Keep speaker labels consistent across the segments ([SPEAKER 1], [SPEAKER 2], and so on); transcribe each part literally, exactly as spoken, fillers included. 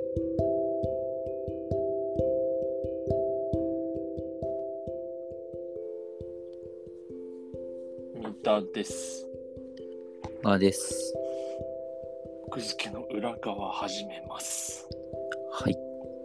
[SPEAKER 1] 三田です。
[SPEAKER 2] あです。
[SPEAKER 1] 奥付けの裏側始めます。
[SPEAKER 2] はい。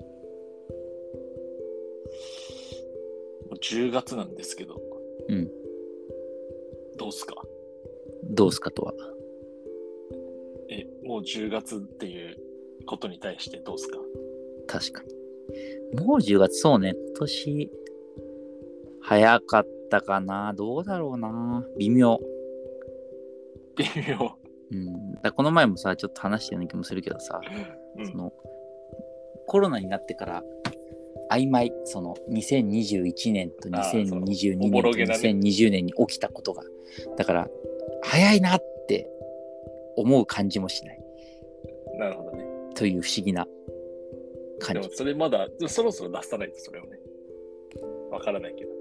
[SPEAKER 1] もうじゅうがつなんですけど。
[SPEAKER 2] うん。
[SPEAKER 1] どうすか？
[SPEAKER 2] どうすかとは。
[SPEAKER 1] え、もうじゅうがつっていうことに対してどうすか？
[SPEAKER 2] 確かに。もうじゅうがつ、そうね。今年、早かったかな。どうだろうな。微妙。
[SPEAKER 1] 微妙。
[SPEAKER 2] うん。だこの前もさ、ちょっと話したような気もするけどさ、
[SPEAKER 1] うん、
[SPEAKER 2] その、コロナになってから、曖昧、その、にせんにじゅういちねんとにせんにじゅうにねんとにせんにじゅうねんに起きたことが、だから、早いなって思う感じもしない。
[SPEAKER 1] なるほどね。
[SPEAKER 2] という不思議な感じ。
[SPEAKER 1] でもそれまだ、そろそろ出さないとそれをね。わからないけど。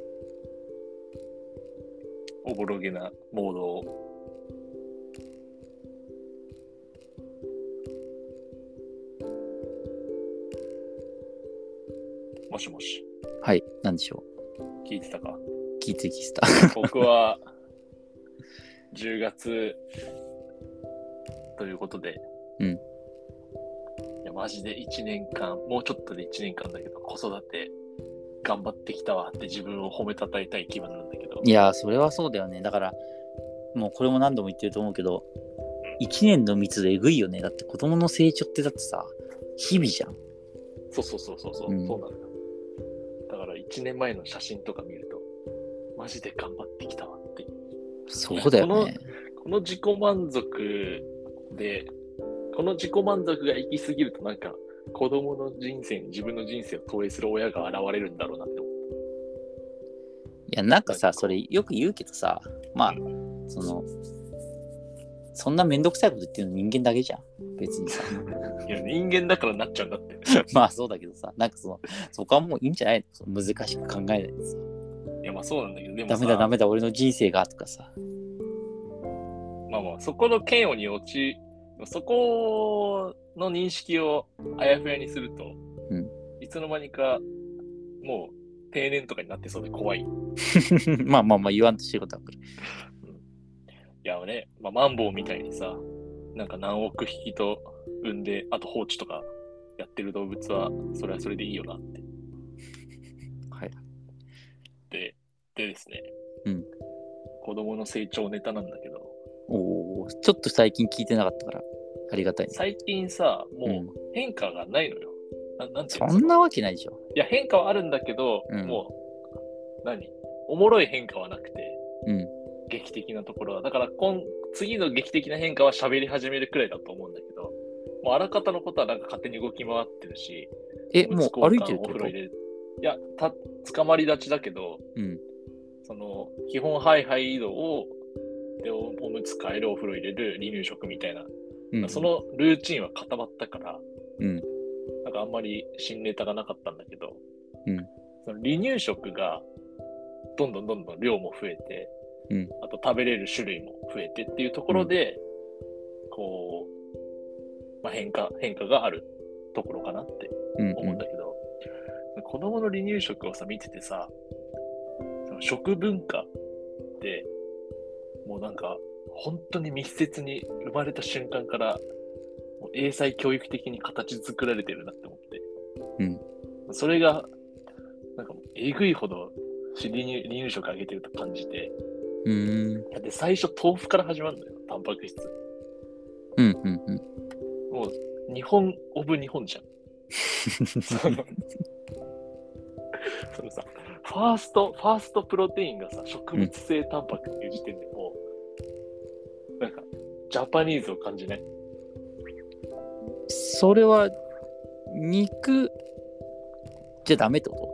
[SPEAKER 1] おぼろげなモードを。もしもし。
[SPEAKER 2] はい、なんでしょ
[SPEAKER 1] 聞いてたか？
[SPEAKER 2] う。聞いてきた。
[SPEAKER 1] 僕はじゅうがつということで、
[SPEAKER 2] うん。
[SPEAKER 1] いやマジでいちねんかん、もうちょっとでいちねんかんだけど、子育て頑張ってきたわって自分を褒めたたえたい気分なんだけど。
[SPEAKER 2] いやー、それはそうだよね。だから、もうこれも何度も言ってると思うけど、いちねんの密度えぐいよね。だって子供の成長ってだってさ、日々じゃん。
[SPEAKER 1] そうそうそうそうそう、うん、そうなのよ。だからいちねんまえの写真とか見ると、マジで頑張ってきたわっていう。
[SPEAKER 2] そうだよね。
[SPEAKER 1] この、この自己満足で、この自己満足が行き過ぎるとなんか、子供の人生に自分の人生を投影する親が現れるんだろうなって思った。
[SPEAKER 2] いや、なんかさ、それよく言うけどさ、まあ、その、そんなめんどくさいこと言ってるの人間だけじゃん。別にさ。
[SPEAKER 1] いや、人間だからなっちゃうんだって。
[SPEAKER 2] まあそうだけどさ、なんかその、そこはもういいんじゃないの？難しく考えないでさ。
[SPEAKER 1] いや、まあそうなんだけど、でも
[SPEAKER 2] さ、ダメだダメだ、俺の人生がとかさ。
[SPEAKER 1] まあまあ、そこの嫌悪に落ち、そこの認識をあやふやにすると、
[SPEAKER 2] うん、
[SPEAKER 1] いつの間にかもう定年とかになってそうで怖い。
[SPEAKER 2] まあまあまあ言わんとしてることはこれ。
[SPEAKER 1] うん、いやね、まあ、マンボウみたいにさ、なんか何億匹と産んで、あと放置とかやってる動物は、それはそれでいいよなって。
[SPEAKER 2] はい。
[SPEAKER 1] で、でですね、
[SPEAKER 2] うん。
[SPEAKER 1] 子供の成長ネタなんだけど、
[SPEAKER 2] おお、ちょっと最近聞いてなかったからありがたいね。
[SPEAKER 1] 最近さ、もう変化がないのよ。うん、ななんていうの？
[SPEAKER 2] そんなわけないでしょ。
[SPEAKER 1] いや、変化はあるんだけど、うん、もう、何おもろい変化はなくて、
[SPEAKER 2] うん、
[SPEAKER 1] 劇的なところは。だから今、次の劇的な変化は喋り始めるくらいだと思うんだけど、もうあらかたのことはなんか勝手に動き回ってるし、
[SPEAKER 2] え、もう歩いてるってこと？
[SPEAKER 1] お風呂入れる。いや、た、捕まり立ちだけど、
[SPEAKER 2] うん、
[SPEAKER 1] その、基本ハイハイ移動を、で、おむつ替える、お風呂入れる、離乳食みたいな、うん、そのルーチンは固まったから、
[SPEAKER 2] うん、
[SPEAKER 1] なんかあんまり新ネタがなかったんだけど、
[SPEAKER 2] うん、
[SPEAKER 1] その離乳食がどんどんどんどん量も増えて、
[SPEAKER 2] うん、
[SPEAKER 1] あと食べれる種類も増えてっていうところで、うん、こう、まあ、変化、変化があるところかなって思うんだけど、うんうん、子供の離乳食をさ、見ててさ、その食文化って、もうなんか、本当に密接に生まれた瞬間から、もう英才教育的に形作られてるなって思って。うん。それが、なんか、えぐいほど離乳、離乳食あげてると感じて。
[SPEAKER 2] うーん。
[SPEAKER 1] だって最初豆腐から始まるんだよ、タンパク質。
[SPEAKER 2] うんうんうん。
[SPEAKER 1] もう、日本オブ日本じゃん。そのそのさ、ファースト、ファーストプロテインがさ、植物性タンパクっていう時点でもう、うん、なんか、ジャパニーズを感じない？
[SPEAKER 2] それは、肉じゃダメってこと？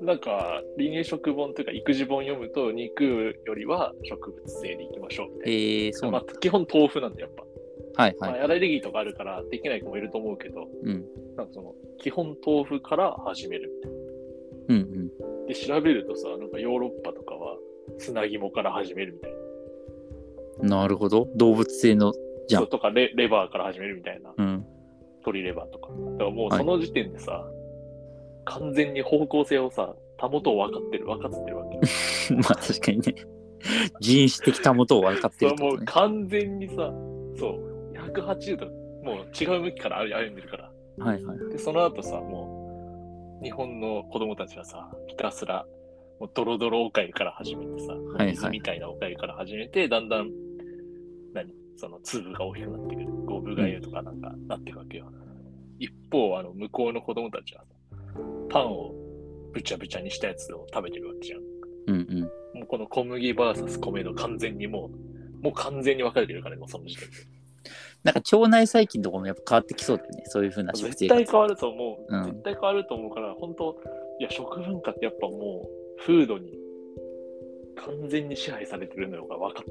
[SPEAKER 1] なんか、離乳食本というか、育児本読むと、肉よりは植物性でいきましょうみたいな。
[SPEAKER 2] えー、そうなんだ。
[SPEAKER 1] まあ、基本豆腐なんだよ、やっぱ。
[SPEAKER 2] はいはい、はい。
[SPEAKER 1] まあ、アレルギーとかあるからできない子もいると思うけど、
[SPEAKER 2] うん、
[SPEAKER 1] なんかその基本豆腐から始めるみたいな。
[SPEAKER 2] うんうん。
[SPEAKER 1] で調べるとさ、なんかヨーロッパとかは砂肝から始めるみたいな。
[SPEAKER 2] なるほど。動物性の
[SPEAKER 1] じゃん。そうとか レ, レバーから始めるみたいな。
[SPEAKER 2] うん。
[SPEAKER 1] 鶏レバーとか。だからもうその時点でさ、はい、完全に方向性をさ、保とう分かってる、分かってるわけよ。
[SPEAKER 2] まあ確かにね。人種的保とう分かってるってことね。
[SPEAKER 1] そう、もう完全にさ、そう、ひゃくはちじゅうど、もう違う向きから歩んでるから。
[SPEAKER 2] はいはい。
[SPEAKER 1] で、その後さ、もう、日本の子供たちはさ、ひたすら、もうドロドロおかゆから始めてさ、はいはい、水みたいなおかゆから始めて、だんだん、何その粒が大きくなってくる。ゴブがゆとかなんかなっていくわけよ。うん、一方、あの、向こうの子供たちはさ、パンをぶちゃぶちゃにしたやつを食べてるわけじゃん。
[SPEAKER 2] うんうん。
[SPEAKER 1] もうこの小麦 ブイエス 米の完全にもう、もう完全に分かれてるからね、もうその時点で。
[SPEAKER 2] なんか腸内細菌とかもやっぱ変わってきそうだよね、そういう風な食生活。
[SPEAKER 1] 絶対変わると思う。
[SPEAKER 2] うん、
[SPEAKER 1] 絶対変わると思うから、本当、いや、食文化ってやっぱもう、フードに完全に支配されてるのが分かった。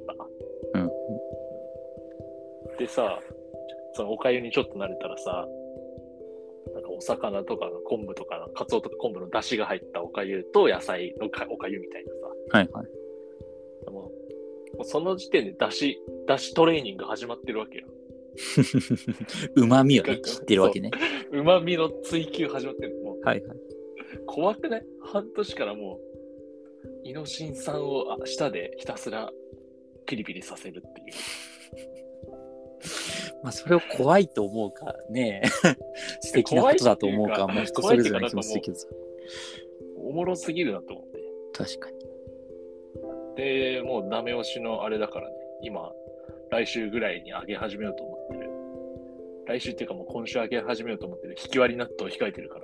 [SPEAKER 2] うん。
[SPEAKER 1] でさ、そのおかゆにちょっと慣れたらさ、なんかお魚とか昆布とか、カツオとか昆布の出汁が入ったおかゆと野菜のおかゆみたいな
[SPEAKER 2] さ。はいはい。
[SPEAKER 1] でも、もうその時点で出汁、出汁トレーニング始まってるわけよ。
[SPEAKER 2] うまみをね、知ってるわけね。
[SPEAKER 1] うまみの追求始まってる。もう
[SPEAKER 2] はいはい。
[SPEAKER 1] 怖くない？半年からもう、イノシン酸を舌でひたすらピリピリさせるっていう。
[SPEAKER 2] まあそれを怖いと思うかね素敵なことだと思うか、まあ人それぞれの気もするけどさ。
[SPEAKER 1] おもろすぎるなと思って。
[SPEAKER 2] 確かに。
[SPEAKER 1] で、もうダメ押しのあれだからね、今、来週ぐらいに上げ始めようと思ってる。来週っていうかもう今週上げ始めようと思ってる。引き割り納豆を控えてるから。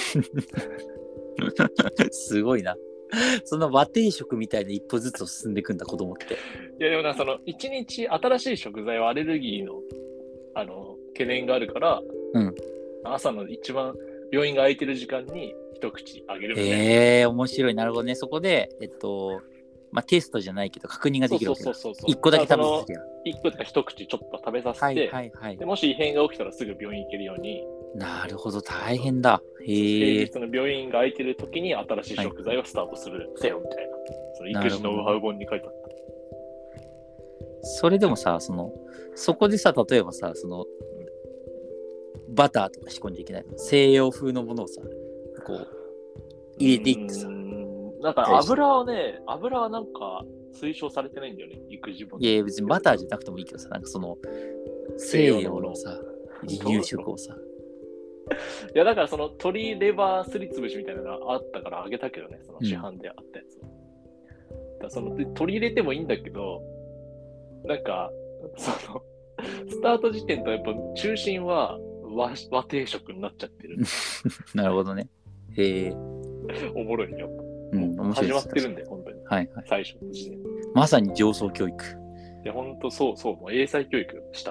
[SPEAKER 2] すごいな。その和定食みたいな一歩ずつ進んでいくんだ、子供って。
[SPEAKER 1] いやでもな、その一日新しい食材はアレルギーのあの懸念があるから、
[SPEAKER 2] うん、
[SPEAKER 1] 朝の一番病院が空いてる時間に一口あげるみたいな。
[SPEAKER 2] ええー、面白い。なるほどね。そこで、えっと、まあ、テストじゃないけど確認ができるわけだ。そうそうそうそう。一個だけ食べさせる。
[SPEAKER 1] 一個とか一口ちょっと食べさせて、
[SPEAKER 2] はいはいはい、
[SPEAKER 1] でもし異変が起きたらすぐ病院行けるように。
[SPEAKER 2] なるほど、大変だ。へえ。
[SPEAKER 1] 平日の病院が空いてる時に新しい食材をスタートするせよみたいな。はい、その育児のウハウ本に書いてあった。
[SPEAKER 2] それでもさ、その、そこでさ、例えばさ、その、バターとか仕込んじゃいけない。西洋風のものをさ、こう、入れていってさ。
[SPEAKER 1] なんか油をね、油はなんか推奨されてないんだよね、育児本。
[SPEAKER 2] いや別にバターじゃなくてもいいけどさ、なんかその、西洋のさ、離乳食をさ。
[SPEAKER 1] いやだからその鶏レバーすりつぶしみたいなのがあったからあげたけどね、その市販であったやつを。うん、だその取り入れてもいいんだけど、なんか、その、スタート時点とやっぱ中心は和、和定食になっちゃってる。
[SPEAKER 2] なるほどね。へえ。
[SPEAKER 1] おもろいよ。
[SPEAKER 2] うん、面白い。
[SPEAKER 1] 始まってるんで、本当に。
[SPEAKER 2] はいはい。
[SPEAKER 1] 最初の時点。
[SPEAKER 2] まさに上層教育。
[SPEAKER 1] いや、本当そうそう、もう英才教育した。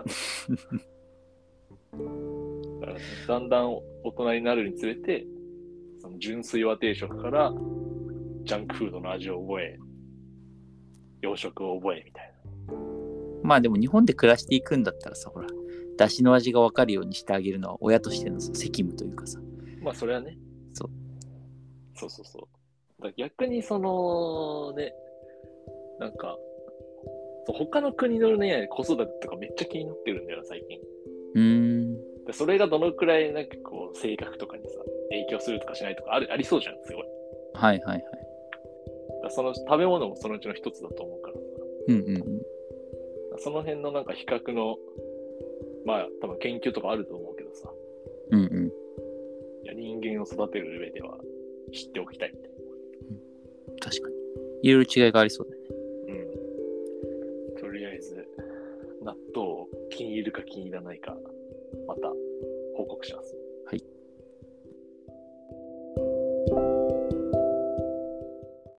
[SPEAKER 1] だから、ね、だんだん大人になるにつれて、その純粋和定食からジャンクフードの味を覚え、洋食を覚えみたいな。
[SPEAKER 2] まあでも日本で暮らしていくんだったらさ、ほら、出汁の味が分かるようにしてあげるのは親としての責務というかさ。
[SPEAKER 1] まあそれはね。
[SPEAKER 2] そう。
[SPEAKER 1] そうそうそう。だ逆にそのね、なんか、他の国のね、子育てとかめっちゃ気になってるんだよな、最近。
[SPEAKER 2] うーん。
[SPEAKER 1] でそれがどのくらいなんかこう、性格とかにさ、影響するとかしないとかあるありそうじゃん、すごい。
[SPEAKER 2] はいはいはい。
[SPEAKER 1] だその食べ物もそのうちの一つだと思うからさ。
[SPEAKER 2] うんうんうん。
[SPEAKER 1] その辺のなんか比較の、まあ多分研究とかあると思うけどさ。
[SPEAKER 2] うんうん。
[SPEAKER 1] いや人間を育てる上では知っておきたいみたいな。
[SPEAKER 2] うん、確かに。いろいろ違いがありそうだよね。
[SPEAKER 1] うん。とりあえず、納豆を気に入るか気に入らないか、また報告します。